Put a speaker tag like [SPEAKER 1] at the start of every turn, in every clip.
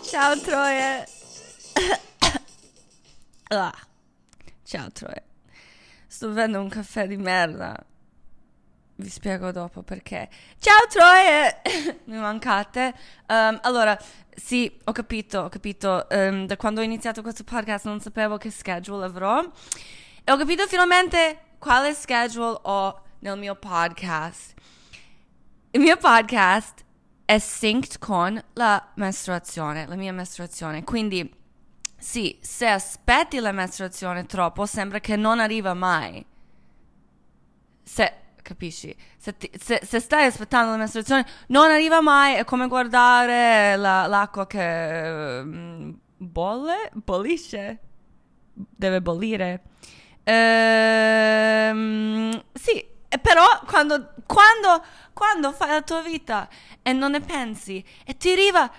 [SPEAKER 1] Ciao Troie. Ciao Troie. Sto bevendo un caffè di merda. Vi spiego dopo perché. Ciao Troie. Mi mancate. Allora, sì, ho capito. Da quando ho iniziato questo podcast non sapevo che schedule avrò. E ho capito finalmente quale schedule ho nel mio podcast. Il mio podcast è synced con la mia mestruazione. Quindi, sì, se aspetti la mestruazione troppo, sembra che non arriva mai. Capisci? Se stai aspettando la mestruazione, non arriva mai. È come guardare l'acqua che bollisce. Deve bollire. Sì. Però quando fai la tua vita e non ne pensi e ti arriva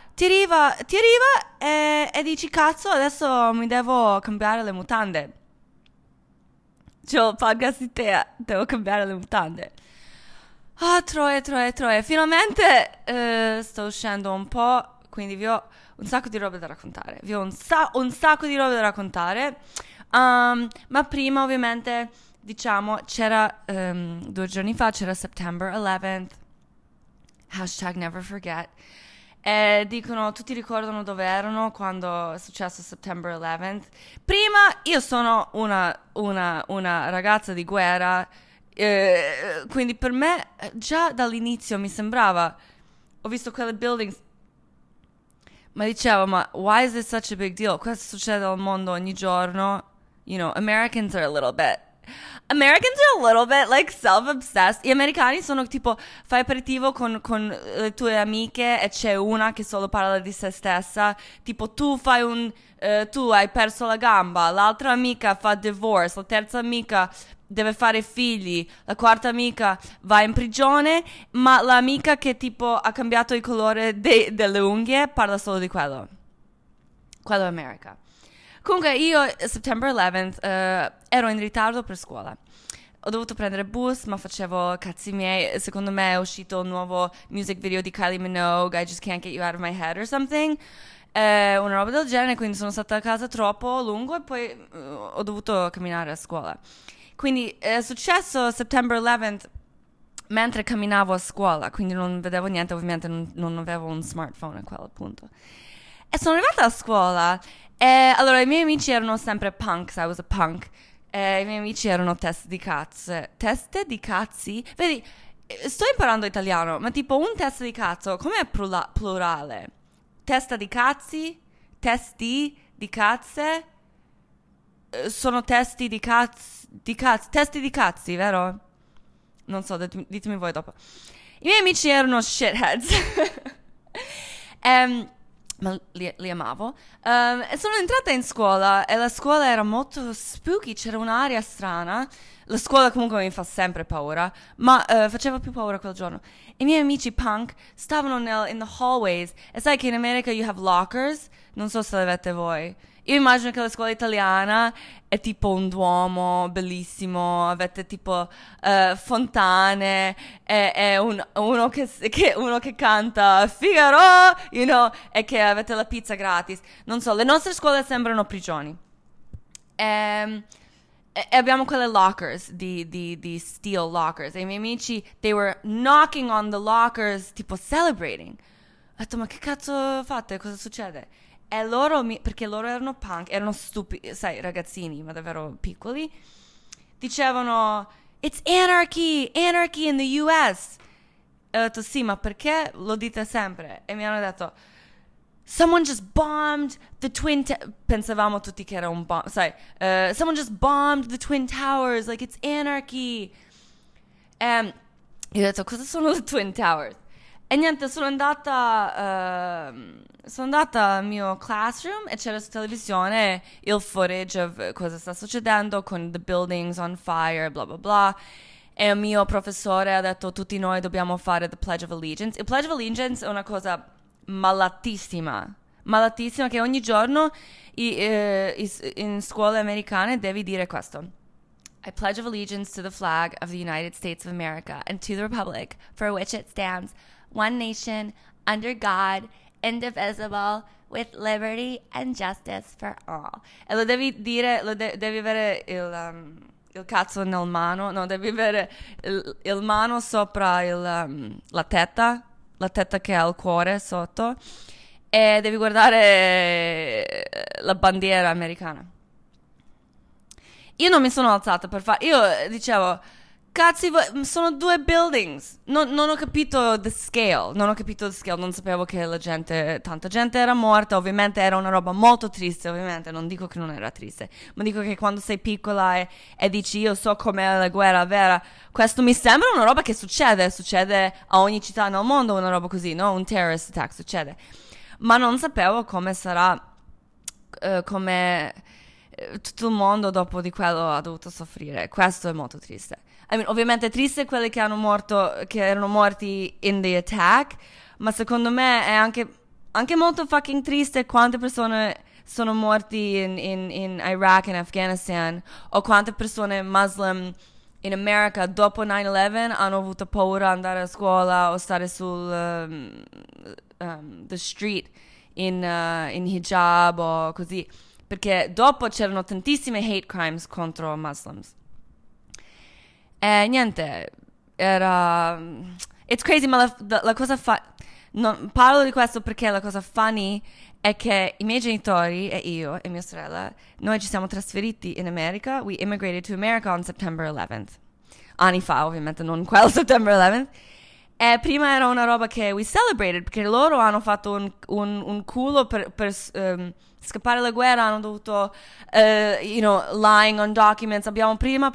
[SPEAKER 1] e dici cazzo, adesso mi devo cambiare le mutande. C'ho il podcast di te, devo cambiare le mutande. Troie. Finalmente sto uscendo un po', quindi vi ho un sacco di roba da raccontare. Un sacco di roba da raccontare. Ma prima ovviamente diciamo c'era 2 giorni fa c'era September 11th, #neverforget, e dicono, tutti ricordano dove erano quando è successo September 11th. Prima io sono una ragazza di guerra, quindi per me già dall'inizio mi sembrava, ho visto quelle buildings, ma dicevo, ma why is this such a big deal? Questo succede al mondo ogni giorno. You know, Americans are a little bit like self-obsessed. Gli americani sono tipo, fai aperitivo con le tue amiche e c'è una che solo parla di se stessa. Tipo tu tu hai perso la gamba, l'altra amica fa divorce, la terza amica deve fare figli, la quarta amica va in prigione, ma l'amica che tipo ha cambiato il colore delle unghie parla solo di quello. Quello è America. Comunque io, September 11th, ero in ritardo per scuola. Ho dovuto prendere bus, ma facevo cazzi miei. Secondo me è uscito un nuovo music video di Kylie Minogue, I Just Can't Get You Out of My Head or something. Una roba del genere, quindi sono stata a casa troppo lungo e poi ho dovuto camminare a scuola. Quindi è successo September 11th mentre camminavo a scuola, quindi non vedevo niente, ovviamente non avevo un smartphone a quel punto. E sono arrivata a scuola e allora i miei amici erano sempre punks, I was a punk. I miei amici erano teste di cazzi. Vedi, sto imparando italiano, ma tipo un testa di cazzo, com'è plurale? Testa di cazzi? Testi di cazze? Sono testi di cazzi, testi di cazzi, vero? Non so, ditemi voi dopo. I miei amici erano shitheads. Ma li amavo. E sono entrata in scuola e la scuola era molto spooky, c'era un'aria strana. La scuola comunque mi fa sempre paura, ma faceva più paura quel giorno. I miei amici punk stavano in the hallways, e sai che in America you have lockers? Non so se le avete voi. Io immagino che la scuola italiana è tipo un duomo bellissimo, avete tipo fontane e uno che canta Figaro, you know, e che avete la pizza gratis. Non so, le nostre scuole sembrano prigioni. E abbiamo quelle lockers di steel lockers, e i miei amici, they were knocking on the lockers, tipo celebrating. Ho detto, ma che cazzo fate? Cosa succede? E loro, perché loro erano punk, erano stupidi, sai, ragazzini, ma davvero piccoli, dicevano, it's anarchy in the US. E ho detto, sì, ma perché lo dite sempre? E mi hanno detto, someone just bombed the pensavamo tutti che era un bomb, sai, someone just bombed the Twin Towers, like it's anarchy. E io ho detto, cosa sono le Twin Towers? E niente, sono andata al mio classroom e c'era su televisione il footage of cosa sta succedendo con the buildings on fire, bla bla bla. E il mio professore ha detto, tutti noi dobbiamo fare the Pledge of Allegiance. Il Pledge of Allegiance è una cosa malatissima, che ogni giorno in scuole americane devi dire questo. I pledge of allegiance to the flag of the United States of America and to the republic for which it stands, one nation, under God, indivisible, with liberty and justice for all. E lo devi dire, devi avere il cazzo nel mano, no, devi avere il mano sopra la tetta che ha il cuore sotto, e devi guardare la bandiera americana. Io non mi sono alzata per fare, io dicevo, cazzi, sono 2 buildings, non ho capito the scale, non sapevo che tanta gente era morta, ovviamente era una roba molto triste, ovviamente, non dico che non era triste, ma dico che quando sei piccola e dici io so com'è la guerra vera, questo mi sembra una roba che succede a ogni città nel mondo, una roba così, no? Un terrorist attack succede, ma non sapevo come sarà, come tutto il mondo dopo di quello ha dovuto soffrire. Questo è molto triste. Ovviamente è triste quelli che erano morti in the attack, ma secondo me è anche molto fucking triste quante persone sono morti in Iraq e in Afghanistan, o quante persone muslim in America dopo 9/11 hanno avuto paura di andare a scuola o stare sul the street in hijab o così, perché dopo c'erano tantissime hate crimes contro Muslims. E niente, era... It's crazy, ma la cosa non parlo di questo perché la cosa funny è che i miei genitori e io e mia sorella, noi ci siamo trasferiti in America. We immigrated to America on September 11th. Anni fa, ovviamente, non quel September 11th. E prima era una roba che we celebrated, perché loro hanno fatto un culo per scappare la guerra, hanno dovuto, lying on documents. Abbiamo prima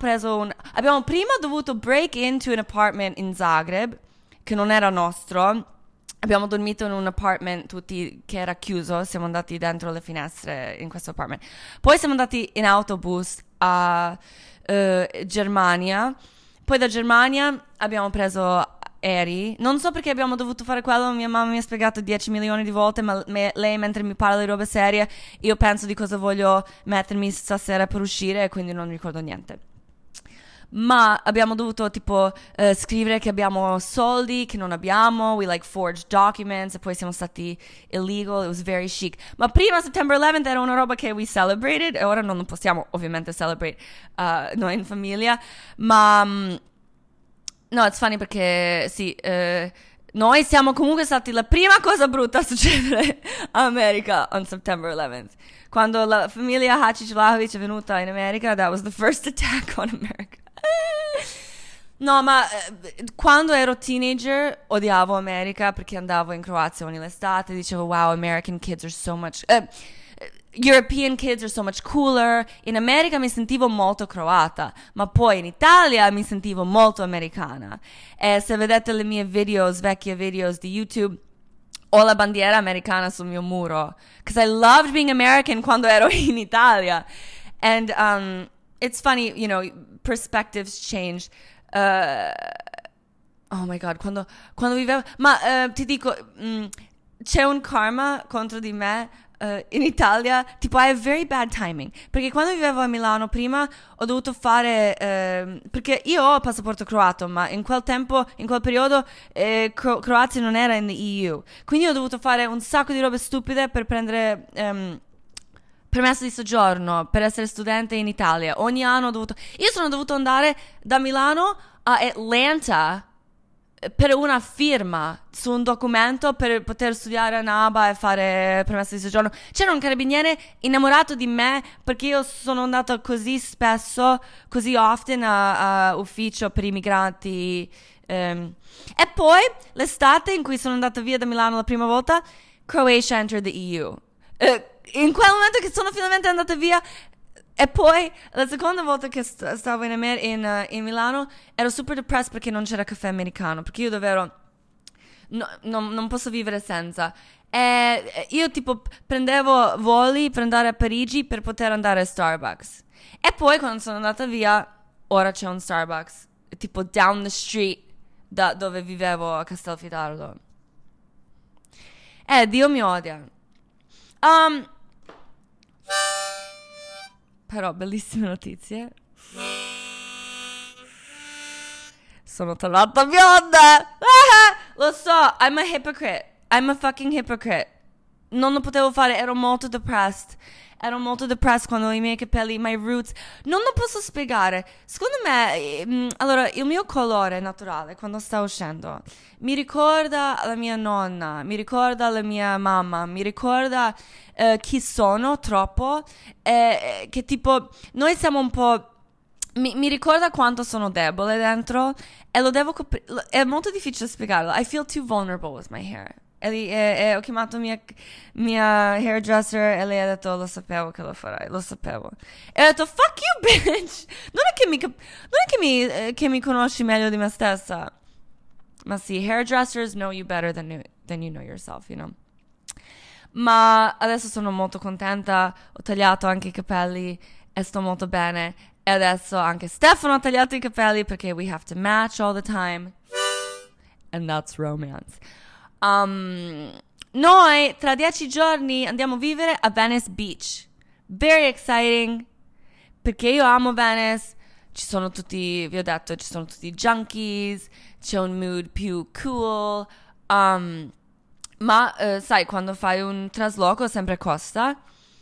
[SPEAKER 1] dovuto break into an apartment in Zagreb, che non era nostro. Abbiamo dormito in un apartment tutti che era chiuso, siamo andati dentro le finestre in questo apartment. Poi siamo andati in autobus a Germania. Poi da Germania abbiamo preso aerei. Non so perché abbiamo dovuto fare quello, mia mamma mi ha spiegato 10 milioni di volte, ma lei mentre mi parla di robe serie, io penso di cosa voglio mettermi stasera per uscire, e quindi non ricordo niente. Ma abbiamo dovuto tipo scrivere che abbiamo soldi, che non abbiamo, we forged documents, e poi siamo stati illegal, it was very chic. Ma prima September 11th era una roba che we celebrated, e ora non possiamo ovviamente celebrate noi in famiglia, ma... No, it's funny perché sì, noi siamo comunque stati la prima cosa brutta a succedere a America on September 11th. Quando la famiglia Hačić è venuta in America, that was the first attack on America. No, ma quando ero teenager odiavo America perché andavo in Croazia ogni estate, dicevo wow, American kids are so much... European kids are so much cooler. In America mi sentivo molto croata, ma poi in Italia mi sentivo molto americana. E se vedete le mie vecchie videos di YouTube, ho la bandiera americana sul mio muro, because I loved being American quando ero in Italia. And it's funny, perspectives change. Oh my god, quando vivevo... Ma ti dico, c'è un karma contro di me in Italia, tipo I have very bad timing, perché quando vivevo a Milano prima ho dovuto fare perché io ho il passaporto croato, ma in quel periodo Croazia non era in EU, quindi ho dovuto fare un sacco di robe stupide per prendere permesso di soggiorno, per essere studente in Italia. Ogni anno io sono dovuto andare da Milano a Atlanta per una firma su un documento per poter studiare a NABA e fare permesso di soggiorno. C'era un carabiniere innamorato di me perché io sono andata così spesso, così often a ufficio per i migranti. E poi l'estate in cui sono andata via da Milano la prima volta, Croatia entered the EU. In quel momento che sono finalmente andata via. E poi la seconda volta che stavo in Milano ero super depressa perché non c'era caffè americano, perché io davvero non posso vivere senza. E io tipo prendevo voli per andare a Parigi per poter andare a Starbucks. E poi quando sono andata via, ora c'è un Starbucks tipo down the street da dove vivevo a Castelfidardo. Dio mi odia. Però bellissime notizie. Sono tornata bionda. Lo so, I'm a hypocrite. I'm a fucking hypocrite. non lo potevo fare, ero molto depressed. Ero molto depressed quando i miei capelli, my roots, non lo posso spiegare. Secondo me, allora, il mio colore naturale quando sta uscendo mi ricorda la mia nonna, mi ricorda la mia mamma, mi ricorda chi sono troppo, che tipo, noi siamo un po'... Mi ricorda quanto sono debole dentro e lo devo coprire. È molto difficile spiegarlo. I feel too vulnerable with my hair. Ho chiamato mia hairdresser e lei ha detto lo sapevo che lo farai, lo sapevo. E ho detto fuck you bitch. Non è che mi conosci meglio di me stessa. Ma sì, hairdressers know you better than you know yourself, you know. Ma adesso sono molto contenta, ho tagliato anche i capelli e sto molto bene. E adesso anche Stefano ha tagliato i capelli perché we have to match all the time. And that's romance. Noi tra 10 giorni andiamo a vivere a Venice Beach. Very exciting. Perché io amo Venice. Ci sono tutti, vi ho detto, ci sono tutti i junkies. C'è un mood più cool. Ma sai, quando fai un trasloco sempre costa.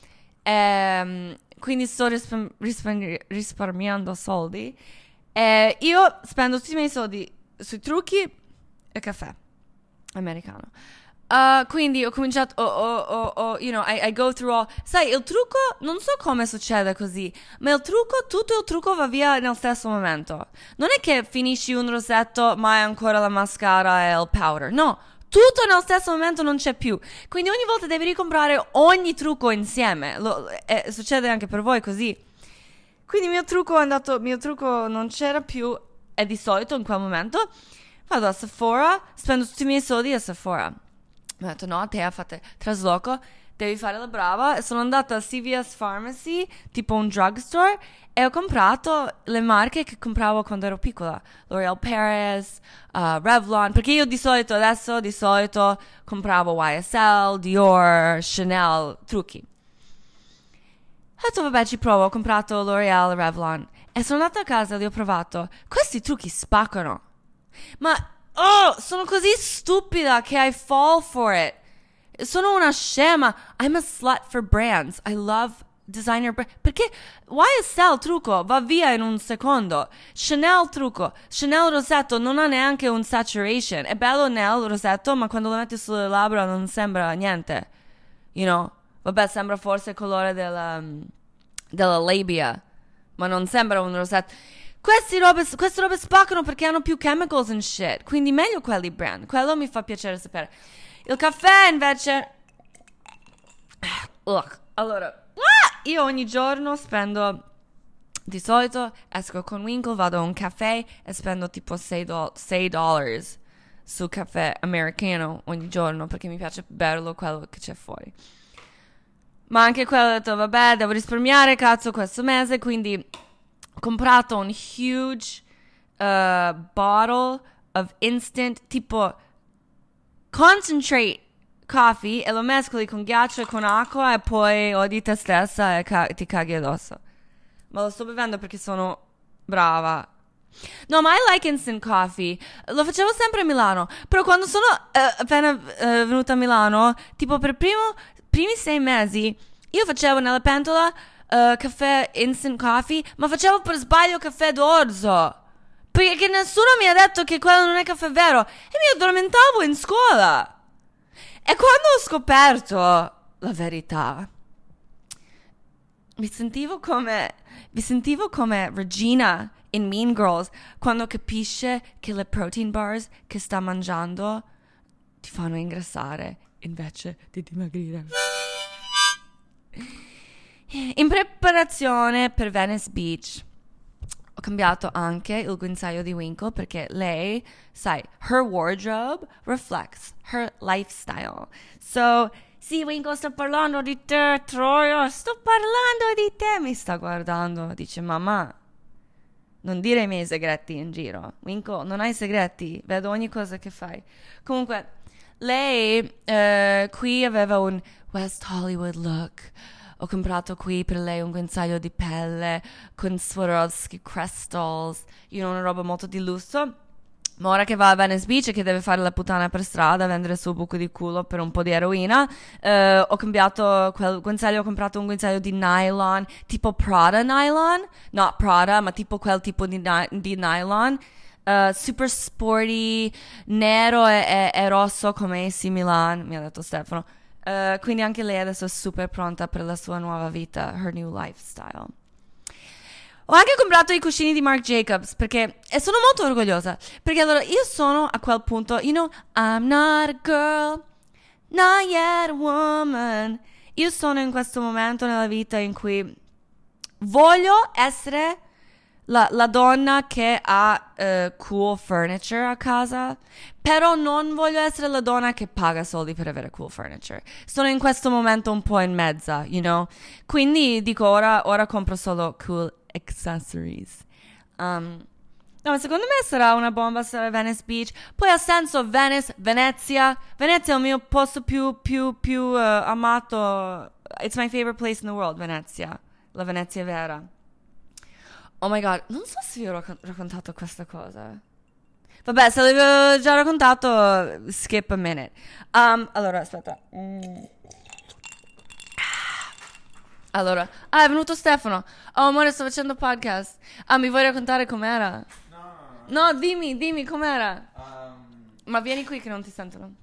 [SPEAKER 1] Quindi sto risparmiando soldi. Io spendo tutti i miei soldi sui trucchi e caffè americano. Quindi ho cominciato, you know, I go through all... Sai, il trucco, non so come succede così, ma tutto il trucco va via nel stesso momento. Non è che finisci un rossetto, ma hai ancora la mascara e il powder. No, tutto nel stesso momento non c'è più. Quindi ogni volta devi ricomprare ogni trucco insieme. Succede anche per voi così. Quindi il mio trucco non c'era più. E di solito in quel momento vado a Sephora, spendo tutti i miei soldi a Sephora. Mi ha detto no, te fate trasloco, devi fare la brava. E sono andata a CVS Pharmacy, tipo un drugstore, e ho comprato le marche che compravo quando ero piccola. L'Oreal Paris, Revlon, perché io di solito compravo YSL, Dior, Chanel, trucchi. Ho detto vabbè ci provo, ho comprato L'Oreal, Revlon e sono andata a casa e li ho provato. Questi trucchi spaccano. Ma sono così stupida che I fall for it. Sono una scema. I'm a slut for brands. I love designer brand. Perché YSL trucco va via in un secondo. Chanel trucco, Chanel rosetto non ha neanche un saturation. È bello nel rosetto, ma quando lo metti sulle labbra non sembra niente. You know? Vabbè, sembra forse il colore della labia, ma non sembra un rosetto. Queste robe spaccano perché hanno più chemicals and shit. Quindi meglio quelli brand. Quello mi fa piacere sapere. Il caffè invece... Allora, io ogni giorno spendo... Di solito esco con Winkle, vado a un caffè e spendo tipo $6 sul caffè americano ogni giorno perché mi piace berlo quello che c'è fuori. Ma anche quello ho detto, vabbè, devo risparmiare, cazzo, questo mese, quindi... Ho comprato un huge bottle of instant tipo concentrate coffee e lo mescoli con ghiaccio e con acqua e poi odi te stessa e ti caghi addosso. Ma lo sto bevendo perché sono brava. No, ma I like instant coffee. Lo facevo sempre a Milano. Però quando sono appena venuta a Milano, tipo per primi 6 mesi, io facevo nella pentola caffè instant coffee, ma facevo per sbaglio caffè d'orzo. Perché nessuno mi ha detto che quello non è caffè vero. E mi addormentavo in scuola. E quando ho scoperto la verità, mi sentivo come Regina in Mean Girls quando capisce che le protein bars che sta mangiando ti fanno ingrassare invece di dimagrire. In preparazione per Venice Beach ho cambiato anche il guinzaglio di Winkle perché lei, sai, her wardrobe reflects her lifestyle. So, sì, Winkle, sto parlando di te, Troia, sto parlando di te. Mi sta guardando, dice, mamma, non dire i miei segreti in giro. Winkle, non hai segreti, vedo ogni cosa che fai. Comunque, lei qui aveva un West Hollywood look. Ho comprato qui per lei un guinzaglio di pelle con Swarovski crystals, una roba molto di lusso. Ma ora che va a Venice Beach e che deve fare la puttana per strada, vendere il suo buco di culo per un po' di eroina, ho cambiato quel guinzaglio, ho comprato un guinzaglio di nylon, tipo Prada nylon, not Prada, ma tipo quel tipo di nylon, super sporty, nero e rosso come AC Milan, mi ha detto Stefano. Quindi anche lei adesso è super pronta per la sua nuova vita, her new lifestyle. Ho anche comprato i cuscini di Marc Jacobs e sono molto orgogliosa. Perché allora io sono a quel punto, I'm not a girl, not yet a woman. Io sono in questo momento nella vita in cui voglio essere la donna che ha cool furniture a casa, però non voglio essere la donna che paga soldi per avere cool furniture. Sono in questo momento un po' in mezza, Quindi dico ora compro solo cool accessories. No, ma secondo me sarà una bomba stare a Venice Beach. Poi ha senso Venezia è il mio posto più amato. It's my favorite place in the world, Venezia. La Venezia vera. Oh my god, non so se vi ho raccontato questa cosa. Vabbè, se l'avevo già raccontato, skip a minute. Allora, aspetta. Allora, è venuto Stefano. Oh, amore, sto facendo podcast. Mi vuoi raccontare com'era? No, dimmi com'era. Ma vieni qui che non ti sentono.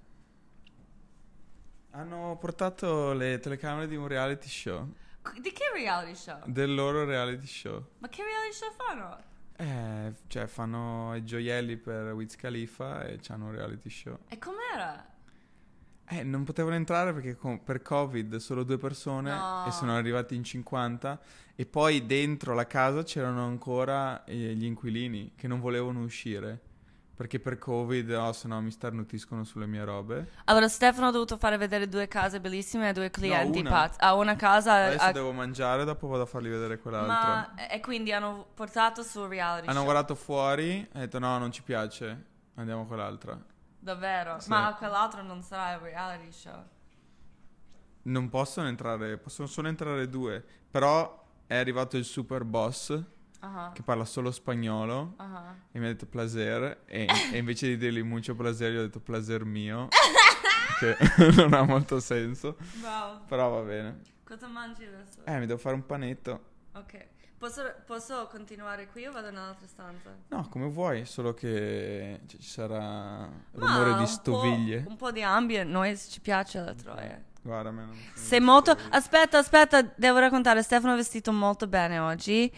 [SPEAKER 2] Hanno portato le telecamere di un reality show.
[SPEAKER 1] Di che reality show?
[SPEAKER 2] Del loro reality show.
[SPEAKER 1] Ma che reality show fanno?
[SPEAKER 2] Cioè fanno i gioielli per Wiz Khalifa e c'hanno un reality show.
[SPEAKER 1] E com'era?
[SPEAKER 2] Non potevano entrare perché per Covid solo 2 persone
[SPEAKER 1] No.
[SPEAKER 2] e sono arrivati in 50 e poi dentro la casa c'erano ancora gli inquilini che non volevano uscire perché per Covid se no mi starnutiscono sulle mie robe.
[SPEAKER 1] Allora Stefano ha dovuto fare vedere 2 case bellissime a 2 clienti
[SPEAKER 2] una.
[SPEAKER 1] pazzi. Una casa
[SPEAKER 2] Adesso devo mangiare, dopo vado a fargli vedere quell'altra.
[SPEAKER 1] e quindi hanno portato sul reality
[SPEAKER 2] Hanno
[SPEAKER 1] show.
[SPEAKER 2] guardato fuori e detto no, non ci piace, andiamo a quell'altra.
[SPEAKER 1] Davvero?
[SPEAKER 2] Sì.
[SPEAKER 1] Ma quell'altro non sarà il reality show.
[SPEAKER 2] Non possono entrare, possono solo entrare 2. Però è arrivato il super boss che parla solo spagnolo e mi ha detto placer e invece di dirgli mucho placer gli ho detto placer mio che non ha molto senso.
[SPEAKER 1] Wow.
[SPEAKER 2] Però va bene.
[SPEAKER 1] Cosa mangi adesso?
[SPEAKER 2] Mi devo fare un panetto.
[SPEAKER 1] Ok. Posso continuare qui o vado nell'altra stanza?
[SPEAKER 2] No, come vuoi, solo che ci sarà rumore di stoviglie.
[SPEAKER 1] Un po' di ambient noise ci piace la troia.
[SPEAKER 2] Guarda, me non
[SPEAKER 1] Sei molto... Aspetta, devo raccontare. Stefano è vestito molto bene oggi.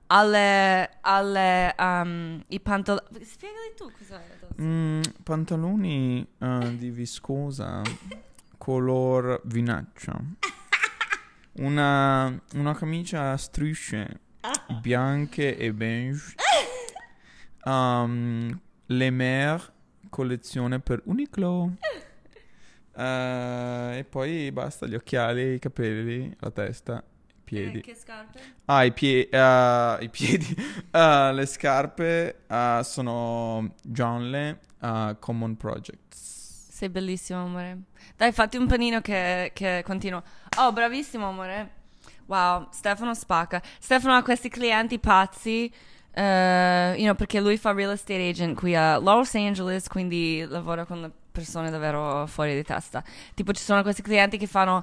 [SPEAKER 1] I pantaloni... Spiegali tu cos'è.
[SPEAKER 2] Pantaloni di viscosa color vinaccia. Una camicia a strisce bianche e beige. Le Mer collezione per Uniqlo. E poi basta, gli occhiali, i capelli, la testa, i piedi.
[SPEAKER 1] Che scarpe?
[SPEAKER 2] I piedi. Le scarpe sono Johnle Common Projects.
[SPEAKER 1] Sei bellissimo, amore. Dai, fatti un panino che continuo. Oh, bravissimo, amore. Wow, Stefano spacca. Stefano ha questi clienti pazzi, perché lui fa real estate agent qui a Los Angeles, quindi lavora con le persone davvero fuori di testa. Tipo, ci sono questi clienti che fanno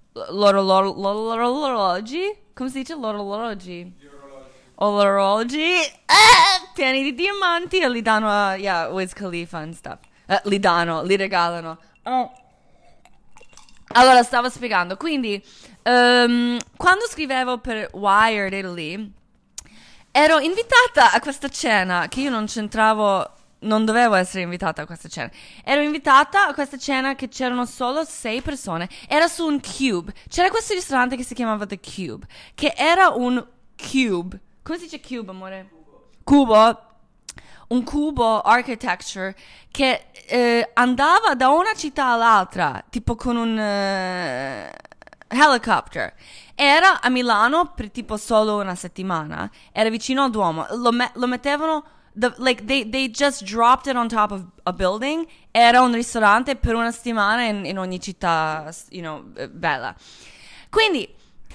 [SPEAKER 1] l'orologi. Come si dice? L'orologi. Orologi pieni di diamanti e li danno a Wiz Khalifa and stuff. Li regalano. Oh. Allora, stavo spiegando. Quindi, quando scrivevo per Wired Italy, ero invitata a questa cena che io non c'entravo, non dovevo essere invitata a questa cena. Ero invitata a questa cena che c'erano solo 6 persone. Era su un Cube. C'era questo ristorante che si chiamava The Cube, che era un cube. Come si dice cube, amore? Cubo. Un cubo architecture che andava da una città all'altra, tipo con un helicopter. Era a Milano per tipo solo una settimana. Era vicino al Duomo. Lo mettevano, they just dropped it on top of a building. Era un ristorante per una settimana in ogni città, bella. Quindi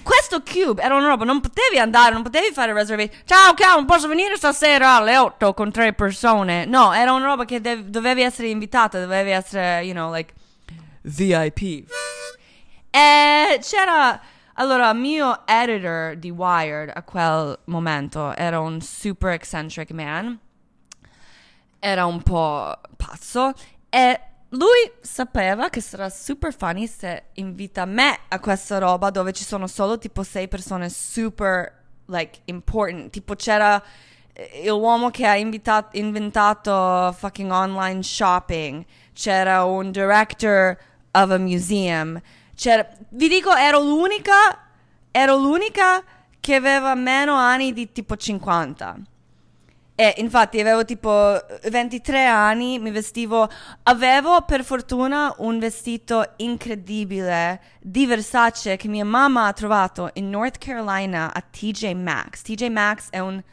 [SPEAKER 1] questo Cube era una roba, non potevi andare, non potevi fare reservation. Ciao, Cal, posso venire stasera alle 8 con 3 persone? No, era una roba che dovevi essere invitata, dovevi essere, you know, like, VIP. E c'era... Allora, mio editor di Wired a quel momento era un super eccentric man. Era un po' pazzo. E lui sapeva che sarà super funny se invita me a questa roba dove ci sono solo tipo 6 persone super, like, important. Tipo c'era l'uomo che ha inventato fucking online shopping. C'era un director of a museum. Vi dico, ero l'unica che aveva meno anni di tipo 50. E infatti avevo tipo 23 anni, avevo per fortuna un vestito incredibile di Versace che mia mamma ha trovato in North Carolina a TJ Maxx. TJ Maxx è un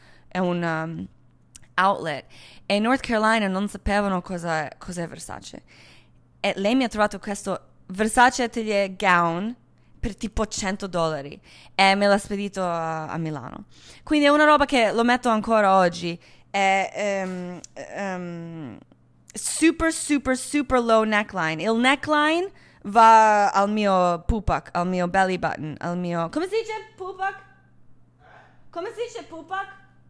[SPEAKER 1] outlet e in North Carolina non sapevano cos'è Versace. E lei mi ha trovato questo Versace Atelier gown per tipo $100 e me l'ha spedito a Milano. Quindi è una roba che lo metto ancora oggi. È super low neckline. Il neckline va al mio pupak, al mio belly button, al mio... Come si dice pupak? Come si dice pupak?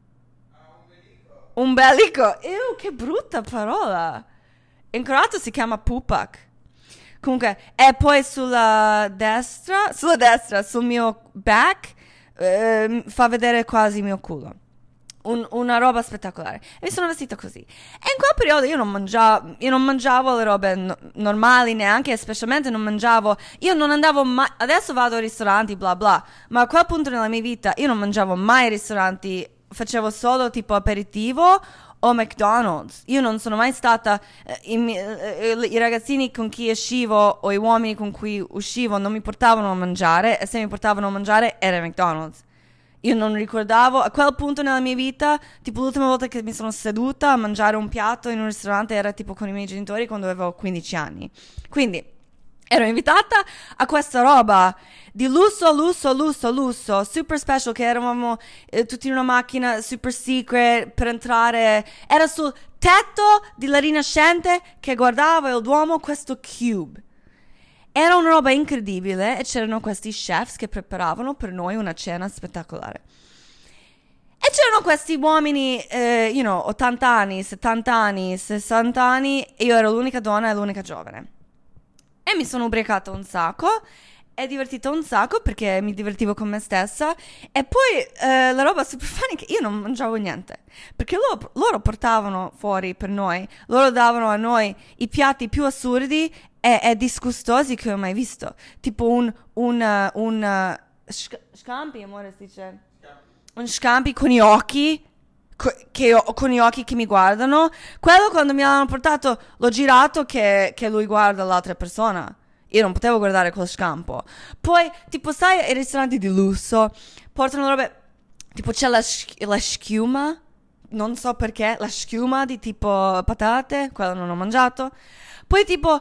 [SPEAKER 1] Umbelico. Ew, che brutta parola. In croato si chiama pupak. Comunque, e poi sulla destra, sul mio back, fa vedere quasi il mio culo. Una roba spettacolare. E mi sono vestita così. E in quel periodo io non mangiavo le robe normali neanche, specialmente non mangiavo, io non andavo mai, adesso vado ai ristoranti, bla bla, ma a quel punto nella mia vita io non mangiavo mai ai ristoranti, facevo solo tipo aperitivo o McDonald's. Io non sono mai stata i ragazzini con cui uscivo o i uomini con cui uscivo non mi portavano a mangiare, e se mi portavano a mangiare era McDonald's. Io non ricordavo, a quel punto nella mia vita, tipo l'ultima volta che mi sono seduta a mangiare un piatto in un ristorante era tipo con i miei genitori quando avevo 15 anni. Quindi ero invitata a questa roba di lusso, super special, che eravamo tutti in una macchina super secret per entrare. Era sul tetto della Rinascente che guardava il Duomo questo Cube. Era una roba incredibile e c'erano questi chefs che preparavano per noi una cena spettacolare. E c'erano questi uomini, 80 anni, 70 anni, 60 anni, e io ero l'unica donna e l'unica giovane. E mi sono ubriacata un sacco e divertita un sacco perché mi divertivo con me stessa. E poi la roba super funny è che io non mangiavo niente, perché loro portavano fuori per noi, loro davano a noi i piatti più assurdi e disgustosi che ho mai visto. Tipo un scampi, amore, si dice? Un scampi con gli occhi con gli occhi che mi guardano. Quello quando mi hanno portato, l'ho girato che lui guarda l'altra persona. Io non potevo guardare quel scampo. Poi, tipo, sai, ai ristoranti di lusso portano robe, tipo c'è la schiuma, non so perché, la schiuma di tipo patate, quello non ho mangiato. Poi tipo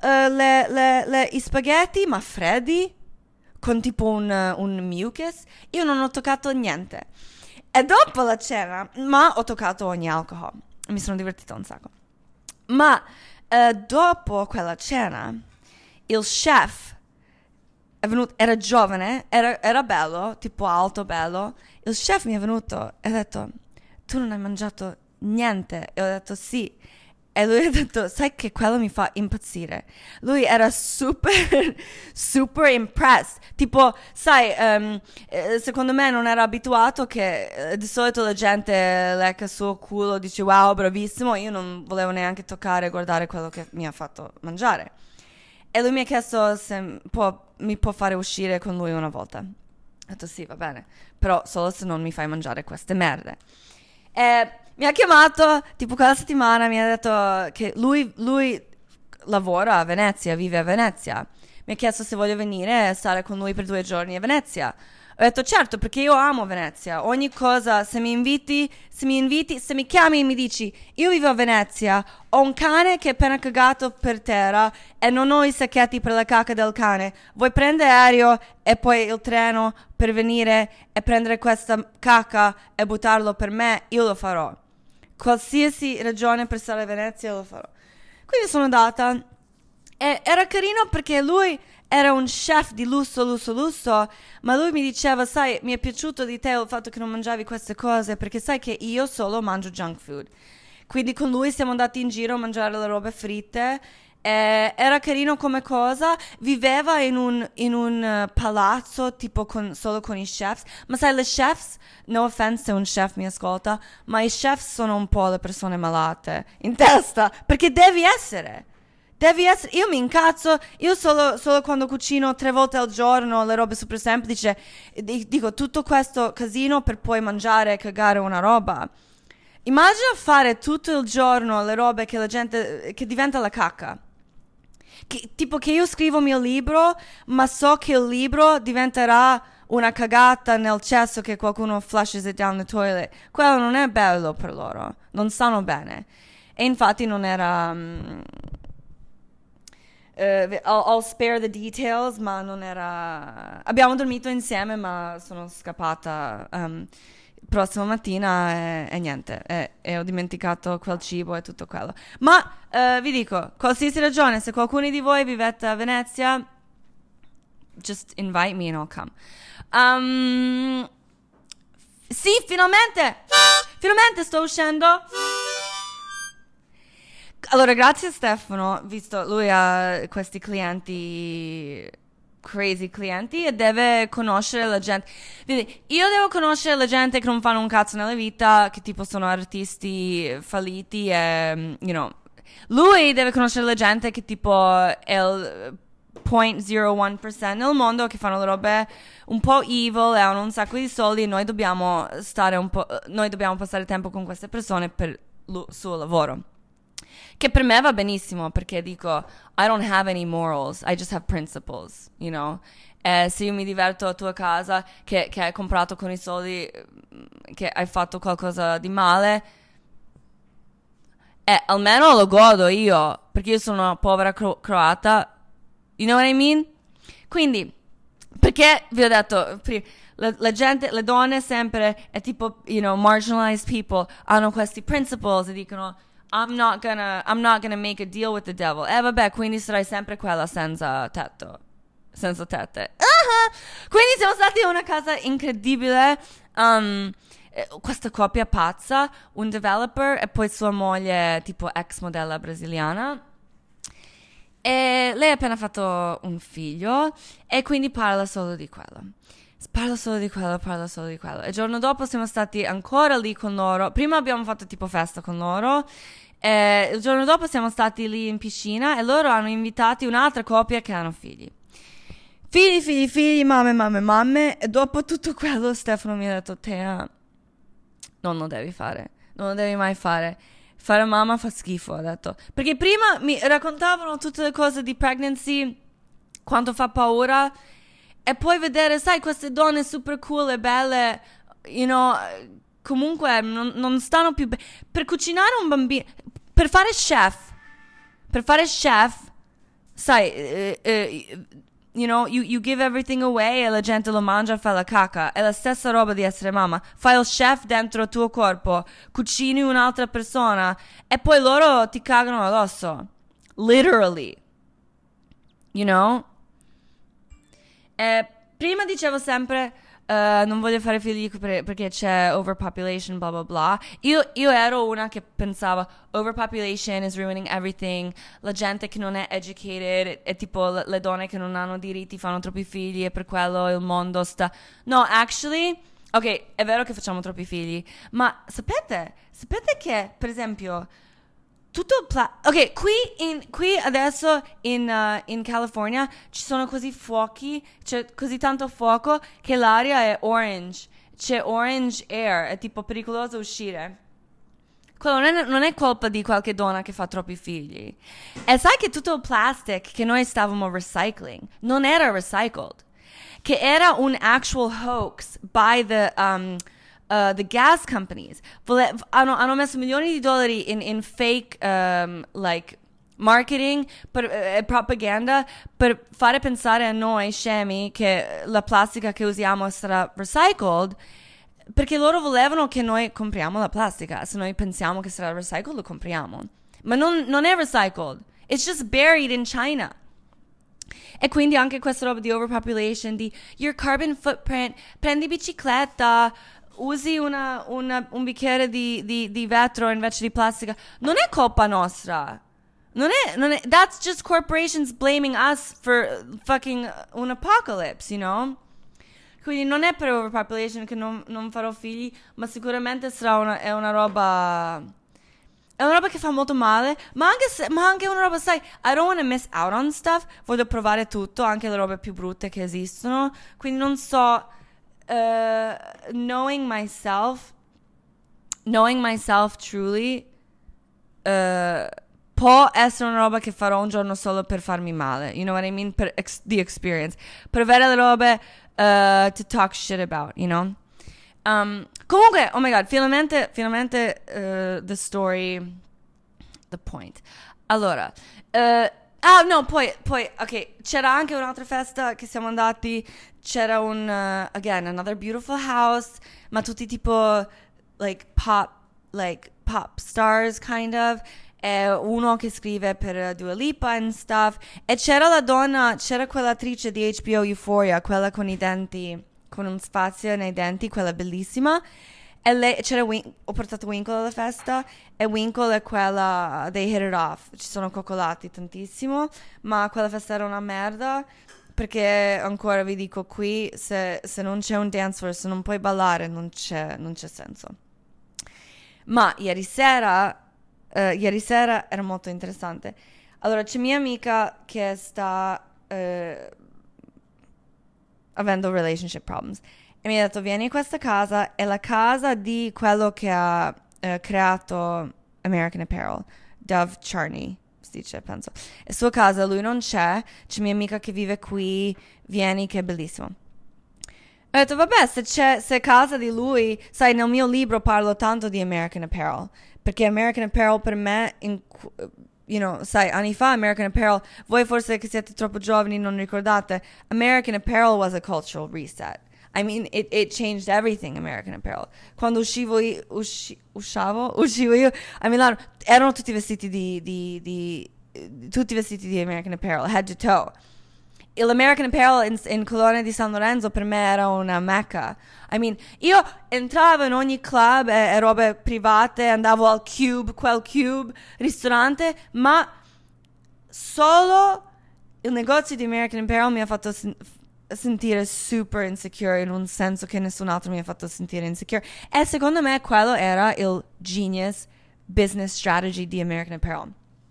[SPEAKER 1] i spaghetti, ma freddi, con tipo un mucus. Io non ho toccato niente. E dopo la cena, ma ho toccato ogni alcol. Mi sono divertita un sacco. Ma dopo quella cena, il chef è venuto, era giovane, era bello, tipo alto, bello. Il chef mi è venuto e ha detto: tu non hai mangiato niente? E ho detto sì. E lui ha detto: sai che quello mi fa impazzire. Lui era super impressed. Tipo, sai, secondo me non era abituato che di solito la gente lecca il suo culo, dice wow, bravissimo. Io non volevo neanche toccare e guardare quello che mi ha fatto mangiare. E lui mi ha chiesto se mi può fare uscire con lui una volta. Ho detto sì, va bene, però solo se non mi fai mangiare queste merde. E mi ha chiamato tipo quella settimana, mi ha detto che lui lavora a Venezia, vive a Venezia. Mi ha chiesto se voglio venire e stare con lui per 2 giorni a Venezia. Ho detto certo, perché io amo Venezia. Ogni cosa, se mi inviti, se mi chiami e mi dici io vivo a Venezia, ho un cane che è appena cagato per terra e non ho i sacchetti per la cacca del cane. Vuoi prendere aereo e poi il treno per venire e prendere questa cacca e buttarlo per me? Io lo farò. Qualsiasi ragione per stare a Venezia lo farò. Quindi sono andata e era carino perché lui era un chef di lusso, ma lui mi diceva, sai, mi è piaciuto di te il fatto che non mangiavi queste cose, perché sai che io solo mangio junk food. Quindi con lui siamo andati in giro a mangiare le robe fritte, era carino come cosa, viveva in un palazzo tipo solo con i chefs, ma sai, le chefs, no offense se un chef mi ascolta, ma i chefs sono un po' le persone malate in testa, perché devi essere, io mi incazzo, io solo quando cucino 3 volte al giorno le robe super semplici, dico tutto questo casino per poi mangiare e cagare una roba. Immagina fare tutto il giorno le robe che la gente, che diventa la cacca. Tipo che io scrivo il mio libro, ma so che il libro diventerà una cagata nel cesso che qualcuno flushes it down the toilet. Quello non è bello per loro, non stanno bene. E infatti non era... I'll spare the details, ma non era... Abbiamo dormito insieme, ma sono scappata prossima mattina e niente, e ho dimenticato quel cibo e tutto quello. Ma vi dico, qualsiasi ragione, se qualcuno di voi vivete a Venezia, just invite me and I'll come. Sì, finalmente sto uscendo. Allora, grazie a Stefano, visto lui ha questi clienti, crazy clienti, e deve conoscere la gente. Vedi, io devo conoscere la gente che non fanno un cazzo nella vita, che tipo sono artisti falliti e, you know. Lui deve conoscere la gente che tipo è il 0.01% nel mondo, che fanno le robe un po' evil e hanno un sacco di soldi, e noi dobbiamo passare tempo con queste persone per il suo lavoro. Che per me va benissimo, perché dico, I don't have any morals, I just have principles, you know? Se io mi diverto a tua casa, che hai comprato con i soldi, che hai fatto qualcosa di male, almeno lo godo io, perché io sono una povera croata, you know what I mean? Quindi, perché vi ho detto, la gente, le donne sempre, è tipo, you know, marginalized people, hanno questi principles e dicono... I'm not gonna make a deal with the devil. Vabbè, quindi sarai sempre quella senza tetto. Senza tette. Quindi siamo stati in una casa incredibile. Questa coppia pazza, un developer e poi sua moglie, tipo ex modella brasiliana. E lei ha appena fatto un figlio e quindi parla solo di quello. Parla solo di quello. E il giorno dopo siamo stati ancora lì con loro. Prima abbiamo fatto tipo festa con loro. E il giorno dopo siamo stati lì in piscina e loro hanno invitati un'altra coppia che hanno figli. Figli, mamme. E dopo tutto quello Stefano mi ha detto, Tea, non lo devi fare. Non lo devi mai fare. Fare mamma fa schifo, ha detto. Perché prima mi raccontavano tutte le cose di pregnancy, quanto fa paura... E poi vedere, sai, queste donne super cool e belle, you know, comunque non stanno più bene. Per cucinare un bambino, per fare chef, sai, you know, you give everything away e la gente lo mangia e fa la cacca. È la stessa roba di essere mamma. Fai il chef dentro il tuo corpo, cucini un'altra persona e poi loro ti cagano addosso. Literally. You know? Prima dicevo sempre non voglio fare figli perché c'è overpopulation, bla bla bla. Io ero una che pensava overpopulation is ruining everything, la gente che non è educated e tipo le donne che non hanno diritti fanno troppi figli e per quello il mondo sta... No, actually, ok, è vero che facciamo troppi figli, ma sapete che, per esempio... Ok, qui adesso in California ci sono così fuochi, c'è così tanto fuoco che l'aria è orange, c'è orange air, è tipo pericoloso uscire. Quello non è colpa di qualche donna che fa troppi figli. E sai che tutto il plastic che noi stavamo recycling non era recycled. che era un actual hoax by the gas companies. Hanno messo milioni di dollari in fake like marketing e propaganda per fare pensare a noi scemi che la plastica che usiamo sarà recycled, perché loro volevano che noi compriamo la plastica. Se noi pensiamo che sarà recycled, lo compriamo. Ma non è recycled. It's just buried in China. E quindi anche questa roba di overpopulation, di your carbon footprint, prendi bicicletta, usi un bicchiere di vetro invece di plastica. Non è colpa nostra. Non è, that's just corporations blaming us for fucking un apocalypse, you know? Quindi non è per overpopulation che non farò figli, ma sicuramente sarà è una roba... È una roba che fa molto male, ma anche una roba, sai, I don't want to miss out on stuff, voglio provare tutto, anche le robe più brutte che esistono, quindi non so, knowing myself truly, può essere una roba che farò un giorno solo per farmi male, you know what I mean, per the experience, per avere le robe to talk shit about, you know. Comunque, oh my god, finalmente the story, the point. Allora, poi, ok, c'era anche un'altra festa che siamo andati, c'era again, another beautiful house, ma tutti tipo, like pop stars, kind of, e uno che scrive per Dua Lipa and stuff, e c'era quell'attrice di HBO Euphoria, quella con i denti, con un spazio nei denti, quella bellissima, e lei, ho portato Winkle alla festa, e Winkle è quella, they hit it off, ci sono coccolati tantissimo, ma quella festa era una merda, perché ancora vi dico qui, se non c'è un dance floor, se non puoi ballare, non c'è senso. Ma ieri sera era molto interessante. Allora, c'è mia amica che sta avendo relationship problems e mi ha detto vieni in questa casa, è la casa di quello che ha creato American Apparel, Dov Charney si dice, penso. È sua casa, lui non c'è mia amica che vive qui, vieni che è bellissimo. Ho detto vabbè, se è casa di lui, sai, nel mio libro parlo tanto di American Apparel, perché American Apparel per me, you know, sai, anni fa American Apparel, voi forse che siete troppo giovani non ricordate, American Apparel was a cultural reset. I mean, it changed everything, American Apparel. Quando uscivo io a Milano, erano tutti vestiti di American Apparel, head to toe. L'American Apparel in Colonia di San Lorenzo per me era una mecca. I mean, io entravo in ogni club e robe private, andavo al quel Cube, ristorante, ma solo il negozio di American Apparel mi ha fatto sentire super insecure in un senso che nessun altro mi ha fatto sentire insecure. E secondo me quello era il genius business strategy di American Apparel.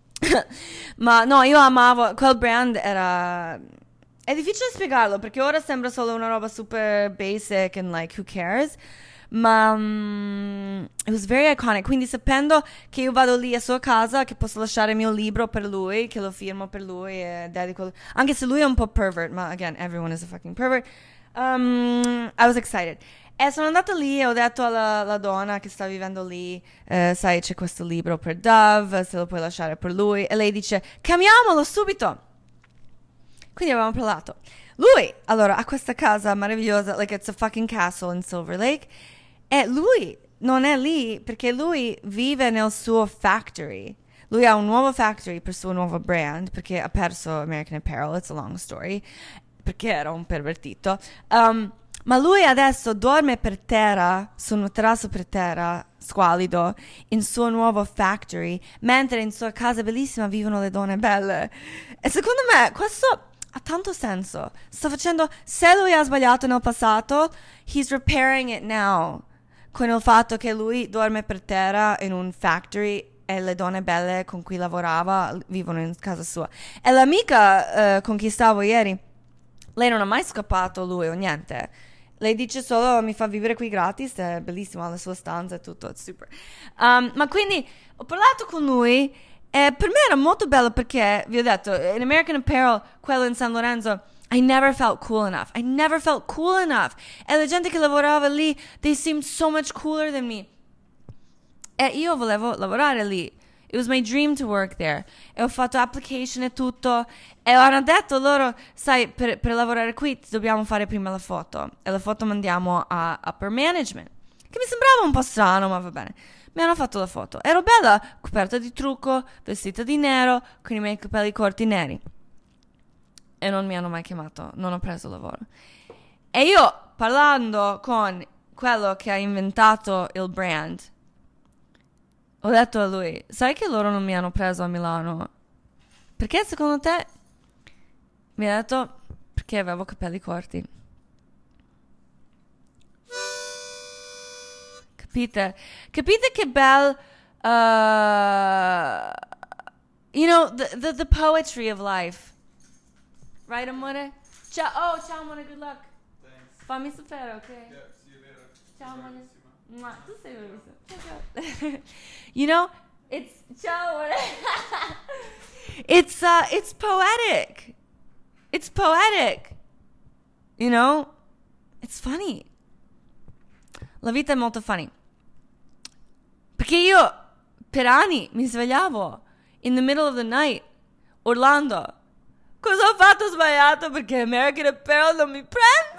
[SPEAKER 1] Ma no, io amavo quel brand, è difficile spiegarlo perché ora sembra solo una roba super basic and like who cares, ma it was very iconic. Quindi sapendo che io vado lì a sua casa, che posso lasciare il mio libro per lui, che lo firmo per lui e dedico, anche se lui è un po' pervert, ma again everyone is a fucking pervert, I was excited. E sono andata lì e ho detto alla donna che sta vivendo lì, sai, c'è questo libro per Dove, se lo puoi lasciare per lui. E lei dice, chiamiamolo subito. Quindi avevamo parlato. Lui, allora, ha questa casa meravigliosa, like it's a fucking castle in Silver Lake. E lui non è lì perché lui vive nel suo factory. Lui ha un nuovo factory per il suo nuovo brand, perché ha perso American Apparel, it's a long story, perché era un pervertito. Ma lui adesso dorme per terra, su un terrazzo per terra, squallido, in suo nuovo factory, mentre in sua casa bellissima vivono le donne belle. E secondo me questo ha tanto senso. Sto facendo, se lui ha sbagliato nel passato, he's repairing it now. Con il fatto che lui dorme per terra in un factory e le donne belle con cui lavorava vivono in casa sua. E l'amica con cui stavo ieri, lei non ha mai scappato lui o niente. Lei dice solo mi fa vivere qui gratis, è bellissima la sua stanza e tutto, è super. Ma quindi ho parlato con lui e per me era molto bello perché, vi ho detto, in American Apparel, quello in San Lorenzo, I I never felt cool enough. I never felt cool enough. E la gente che lavorava lì, they seemed so much cooler than me. E io volevo lavorare lì. It was my dream to work there. E ho fatto application e tutto. E hanno detto loro, sai, per lavorare qui dobbiamo fare prima la foto. E la foto mandiamo a upper management. Che mi sembrava un po' strano, ma va bene. Mi hanno fatto la foto. Ero bella, coperta di trucco, vestita di nero, con i miei capelli corti neri. E non mi hanno mai chiamato, non ho preso lavoro. E io, parlando con quello che ha inventato il brand, ho detto a lui, sai che loro non mi hanno preso a Milano? Perché secondo te? Mi ha detto, perché avevo capelli corti. Capite che bel... you know, the poetry of life. Right, amore? Ciao, amore, good luck.
[SPEAKER 2] Thanks.
[SPEAKER 1] Fammi sapere, ok?
[SPEAKER 2] Yeah, see you later.
[SPEAKER 1] Ciao, amore. Mua, tu sei bellissima. Ciao. You know, ciao, amore. It's poetic. It's poetic. You know? It's funny. La vita è molto funny. Perché io, per anni, mi svegliavo in the middle of the night, urlando. Cosa ho fatto sbagliato perché American Apparel non mi prende?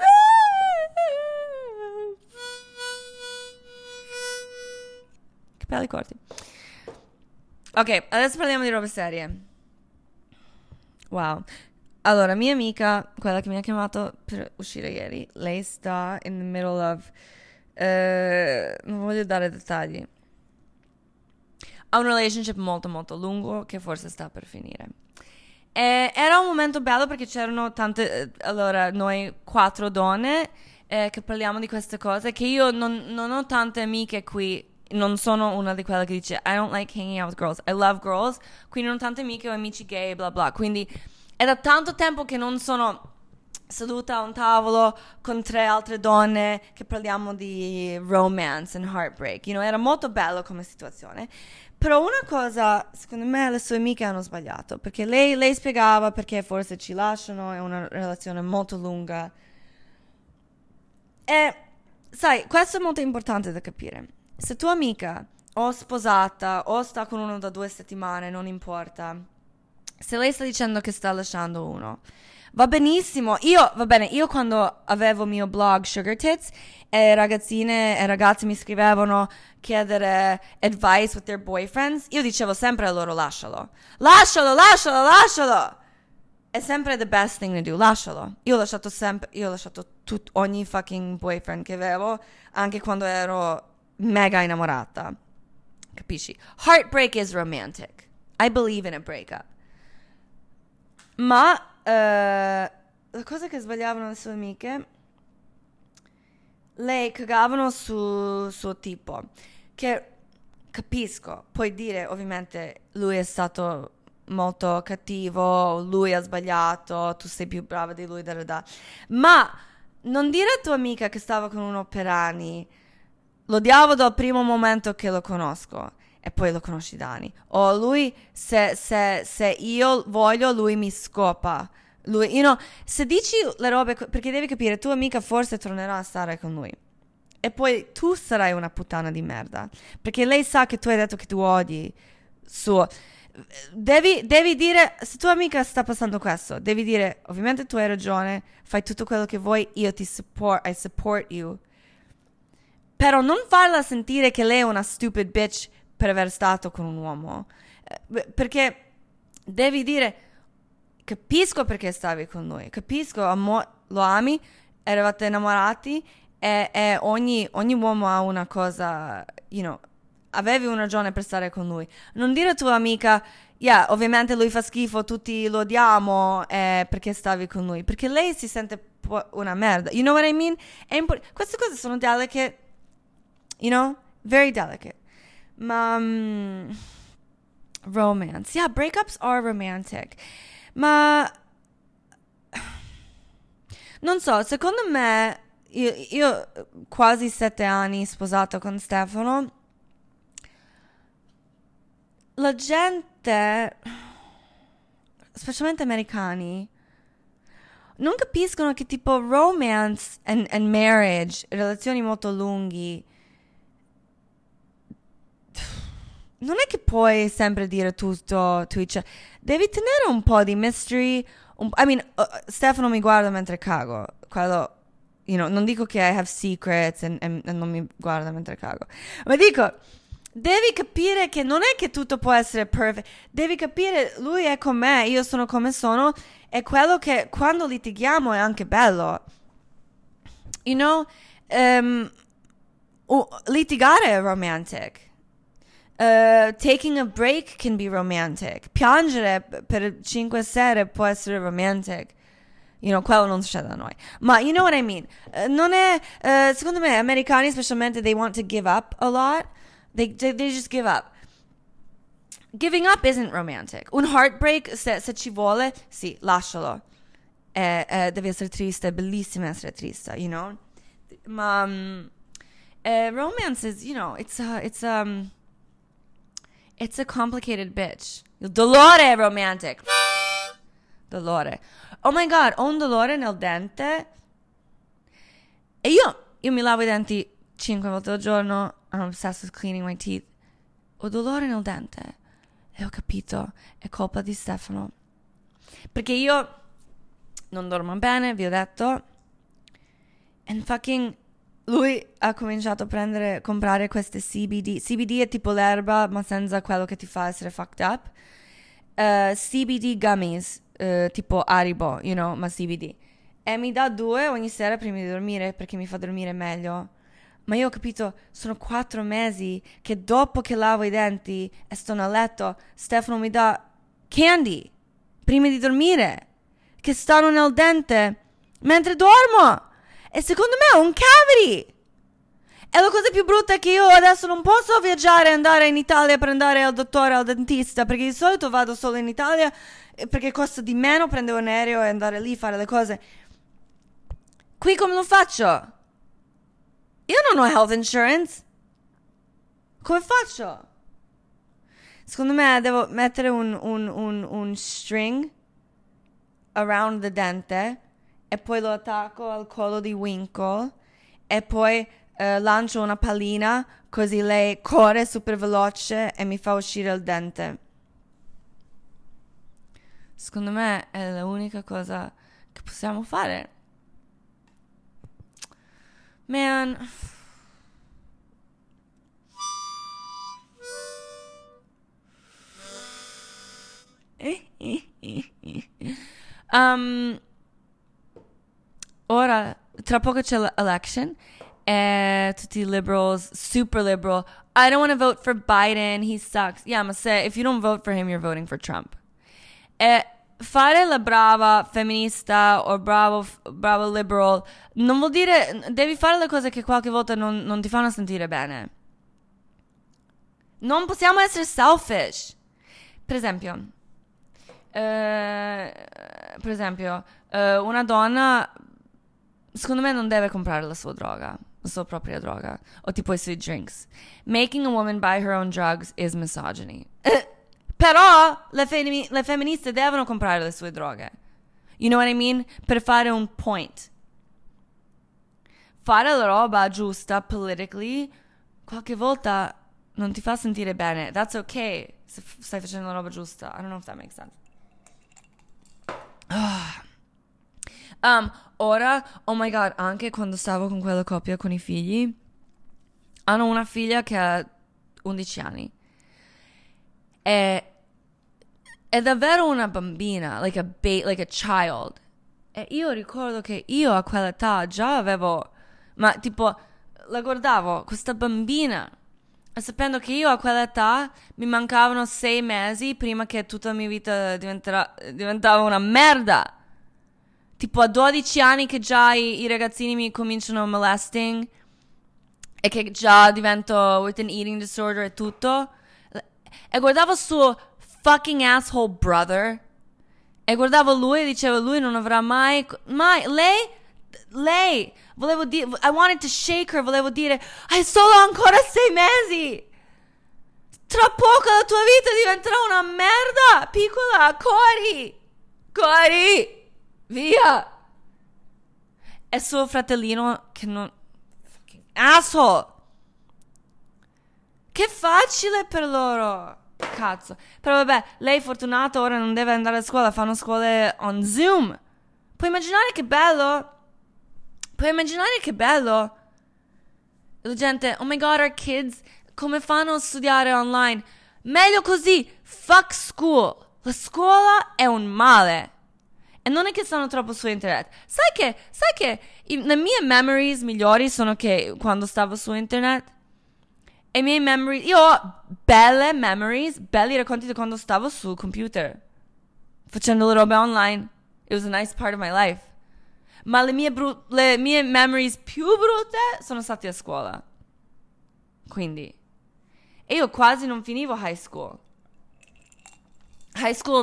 [SPEAKER 1] Capelli corti. Ok, adesso parliamo di robe serie. Wow. Allora, mia amica, quella che mi ha chiamato per uscire ieri, lei sta in the middle of... non voglio dare dettagli. Ha un relationship molto molto lungo che forse sta per finire. E era un momento bello perché c'erano tante... allora, noi 4 donne che parliamo di queste cose, che io non ho tante amiche qui. Non sono una di quelle che dice I don't like hanging out with girls, I love girls. Quindi non ho tante amiche o amici gay, bla bla. Quindi è da tanto tempo che non sono seduta a un tavolo con 3 altre donne che parliamo di romance and heartbreak. You know, era molto bello come situazione. Però una cosa, secondo me, le sue amiche hanno sbagliato. Perché lei spiegava perché forse ci lasciano, è una relazione molto lunga. E, sai, questo è molto importante da capire. Se tua amica o sposata o sta con uno da 2 settimane, non importa. Se lei sta dicendo che sta lasciando uno, va benissimo. Io quando avevo il mio blog Sugar Tits e ragazzine e ragazzi mi scrivevano chiedere advice with their boyfriends, io dicevo sempre a loro lascialo. È sempre the best thing to do, lascialo. Io ho lasciato ogni fucking boyfriend che avevo, anche quando ero mega innamorata. Capisci? Heartbreak is romantic. I believe in a breakup. Ma la cosa che sbagliavano le sue amiche, lei cagavano sul suo tipo, che capisco, puoi dire ovviamente lui è stato molto cattivo, lui ha sbagliato, tu sei più brava di lui, ma non dire a tua amica che stava con uno per anni, lo odiavo dal primo momento che lo conosco. E poi lo conosci da anni. O lui, se io voglio, lui mi scopa. Lui, you know, se dici le robe, perché devi capire, tua amica forse tornerà a stare con lui. E poi tu sarai una puttana di merda. Perché lei sa che tu hai detto che tu odi suo. Devi dire, se tua amica sta passando questo, devi dire, ovviamente tu hai ragione, fai tutto quello che vuoi, io I support you. Però non farla sentire che lei è una stupid bitch per aver stato con un uomo, perché devi dire capisco perché stavi con lui, capisco, lo ami, eravate innamorati e ogni uomo ha una cosa, you know, avevi una ragione per stare con lui. Non dire a tua amica ovviamente lui fa schifo, tutti lo odiamo perché stavi con lui, perché lei si sente una merda, you know what I mean? Queste cose sono delicate, you know, very delicate. Ma romance, breakups are romantic, ma non so, secondo me io quasi 7 anni sposata con Stefano, la gente, specialmente americani, non capiscono che tipo romance and marriage, relazioni molto lunghi, non è che puoi sempre dire tutto, devi tenere un po' di mystery. Stefano mi guarda mentre cago, quello, non dico che I have secrets e non mi guarda mentre cago, ma dico, devi capire che non è che tutto può essere perfect, devi capire, lui è con me, io sono come sono, e quello che quando litighiamo è anche bello, litigare è romantic. Taking a break can be romantic. Piangere per 5 sere può essere romantic. Quello non succede da noi. Ma you know what I mean? Non è, secondo me, americani specialmente, they want to give up a lot. They just give up. Giving up isn't romantic. Un heartbreak, se ci vuole, sì, lascialo. Devi essere triste, è bellissimo essere triste, Ma romance is, it's a complicated bitch. Il dolore è romantic. Dolore. Oh my god, ho un dolore nel dente. E io mi lavo i denti 5 volte al giorno. I'm obsessed with cleaning my teeth. Ho dolore nel dente. E ho capito, è colpa di Stefano. Perché io non dormo bene, vi ho detto. And fucking lui ha cominciato a comprare queste CBD. CBD è tipo l'erba, ma senza quello che ti fa essere fucked up. CBD gummies, tipo Haribo, ma CBD. E mi dà 2 ogni sera prima di dormire, perché mi fa dormire meglio. Ma io ho capito, sono 4 mesi che dopo che lavo i denti e sto nel letto, Stefano mi dà candy prima di dormire, che stanno nel dente mentre dormo. E secondo me è un cavity. E la cosa più brutta è che io adesso non posso viaggiare e andare in Italia per andare al dottore, al dentista, perché di solito vado solo in Italia perché costa di meno prendere un aereo e andare lì a fare le cose. Qui come lo faccio? Io non ho health insurance. Come faccio? Secondo me devo mettere un string around the dente e poi lo attacco al collo di Winkle e poi lancio una pallina così lei corre super veloce e mi fa uscire il dente. Secondo me è l'unica cosa che possiamo fare. Man. Ora, tra poco c'è l'election e tutti i liberals, super liberal. I don't want to vote for Biden, he sucks. Yeah, ma if you don't vote for him, you're voting for Trump. E fare la brava femminista o bravo liberal non vuol dire, devi fare le cose che qualche volta non ti fanno sentire bene. Non possiamo essere selfish. Per esempio, una donna secondo me non deve comprare la sua droga, la sua propria droga, o tipo i suoi drinks. Making a woman buy her own drugs is misogyny. Però le femministe devono comprare le sue droghe. You know what I mean? Per fare un point. Fare la roba giusta politically qualche volta non ti fa sentire bene. That's okay se stai facendo la roba giusta. I don't know if that makes sense. Ora, oh my god, anche quando stavo con quella coppia con i figli, hanno una figlia che ha 11 anni. È davvero una bambina, like a child. E io ricordo che io a quell'età già avevo, ma tipo, la guardavo, questa bambina, e sapendo che io a quell'età mi mancavano 6 mesi prima che tutta la mia vita diventava una merda. Tipo a 12 anni che già i ragazzini mi cominciano molesting e che già divento with an eating disorder e tutto. E guardavo suo fucking asshole brother e guardavo lui e dicevo lui non avrà mai lei volevo dire, I wanted to shake her, volevo dire hai solo ancora 6 mesi, tra poco la tua vita diventerà una merda piccola, corri via, e suo fratellino che non... Fucking asshole! Che facile per loro! Cazzo. Però vabbè, lei fortunata ora non deve andare a scuola, fanno scuole on Zoom. Puoi immaginare che bello? Puoi immaginare che bello? La gente, oh my god, our kids, come fanno a studiare online? Meglio così, fuck school. La scuola è un male. E non è che stanno troppo su internet. Sai che le mie memories migliori sono che quando stavo su internet. E i miei memories, io ho belle memories, belli racconti di quando stavo sul computer, facendo le robe online. It was a nice part of my life. Ma le mie memories più brutte sono state a scuola. Quindi. E io quasi non finivo high school. High school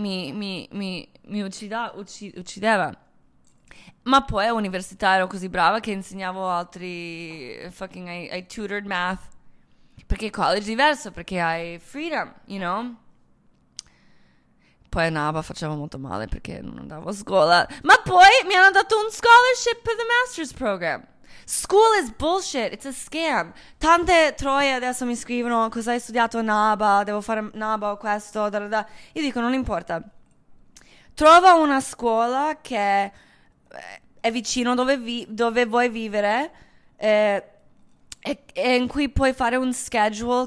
[SPEAKER 1] mi uccideva. Ma poi all'università ero così brava che insegnavo altri fucking... I tutored math. Perché college è diverso, perché hai freedom, you know? Poi a NABA facevo molto male perché non andavo a scuola. Ma poi mi hanno dato un scholarship per the master's program. School is bullshit, it's a scam. Tante troie adesso mi scrivono cosa hai studiato a NABA, devo fare NABA o questo, da da da. Io dico non importa. Trova una scuola che è vicino dove vuoi vivere e in cui puoi fare un schedule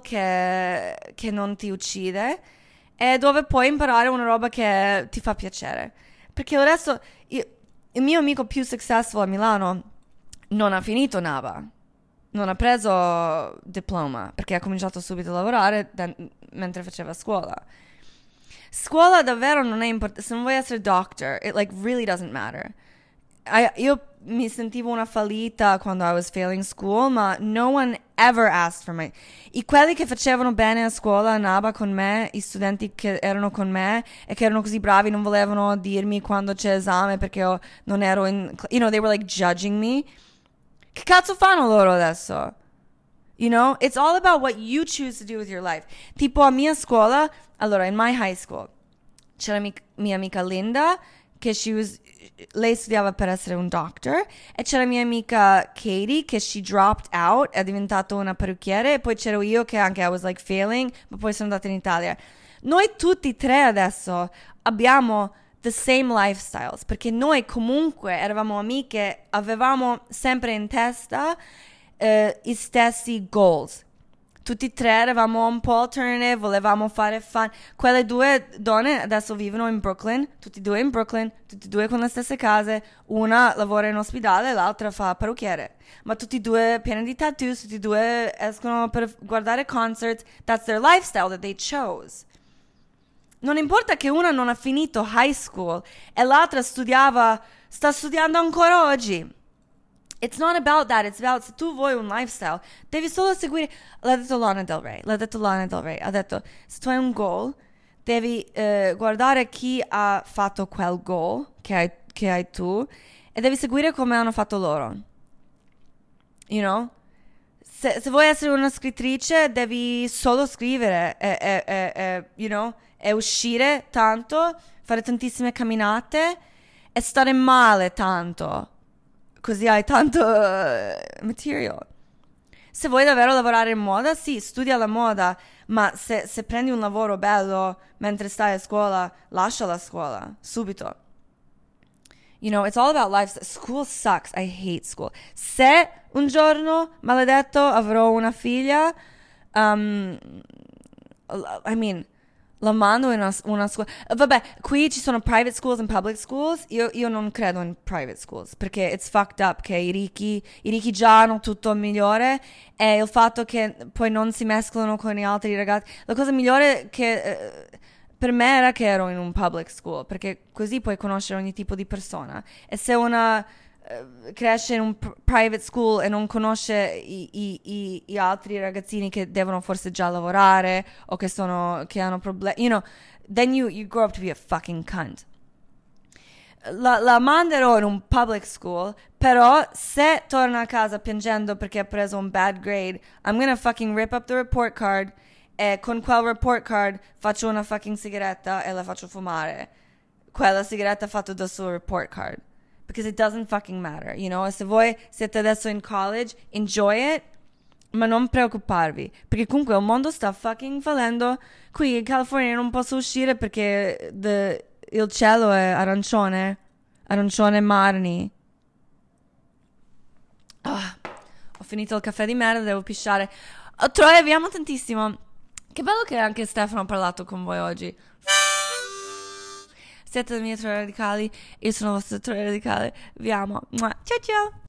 [SPEAKER 1] che non ti uccide e dove puoi imparare una roba che ti fa piacere. Perché adesso il mio amico più successful a Milano non ha finito NABA, non ha preso diploma perché ha cominciato subito a lavorare mentre faceva scuola. Scuola davvero non è importante. Se non vuoi essere doctor, it like really doesn't matter. Io mi sentivo una fallita quando I was failing school, ma no one ever asked for my... quelli che facevano bene a scuola a NABA con me, i studenti che erano con me e che erano così bravi, non volevano dirmi quando c'è esame perché io non ero in... You know, they were like judging me. Che cazzo fanno loro adesso? You know, it's all about what you choose to do with your life. Tipo a mia scuola, allora, in my high school, c'era mia amica Linda, che lei studiava per essere un doctor, e c'era mia amica Katie, che she dropped out, è diventata una parrucchiere, e poi c'ero io che anche I was like failing, ma poi sono andata in Italia. Noi tutti e tre adesso abbiamo the same lifestyles, perché noi comunque eravamo amiche, avevamo sempre in testa i stessi goals. Tutti e tre eravamo un po' alternative, volevamo fare fun. Quelle due donne adesso vivono in Brooklyn, tutti e due in Brooklyn, tutti e due con le stesse case. Una lavora in ospedale, l'altra fa parrucchiere. Ma tutti e due pieni di tattoos, tutti e due escono per guardare concerts. That's their lifestyle that they chose. Non importa che una non ha finito high school e l'altra sta studiando ancora oggi. It's not about that, it's about se tu vuoi un lifestyle, devi solo seguire, l'ha detto Lana Del Rey, ha detto se tu hai un goal, devi guardare chi ha fatto quel goal che hai tu e devi seguire come hanno fatto loro. You know? Se vuoi essere una scrittrice, devi solo scrivere you know? E uscire tanto, fare tantissime camminate e stare male tanto. Così hai tanto material. Se vuoi davvero lavorare in moda, sì, studia la moda, ma se prendi un lavoro bello mentre stai a scuola, lascia la scuola, subito. You know, it's all about life. School sucks. I hate school. Se un giorno, maledetto, avrò una figlia, la mando in una scuola. Vabbè, qui ci sono private schools and public schools. Io non credo in private schools perché it's fucked up che i ricchi già hanno tutto migliore e il fatto che poi non si mescolano con gli altri ragazzi. La cosa migliore che per me era che ero in un public school perché così puoi conoscere ogni tipo di persona. E se una cresce in un private school e non conosce i altri ragazzini che devono forse già lavorare o che hanno problemi, you know, then you grow up to be a fucking cunt. La manderò in un public school, però se torna a casa piangendo perché ha preso un bad grade, I'm gonna fucking rip up the report card e con quel report card faccio una fucking sigaretta e la faccio fumare. Quella sigaretta fatta dal suo report card. because it doesn't fucking matter, you know? Se voi siete adesso in college, enjoy it, ma non preoccuparvi, perché comunque il mondo sta fucking fallendo. Qui in California non posso uscire perché il cielo è arancione marni. Ho finito il caffè di merda, devo pisciare. Troia, vi amo tantissimo. Che bello che anche Stefano ha parlato con voi oggi. Siete le mie Troie radicali, io sono la vostra Troia radicale. Vi amo. Ciao ciao.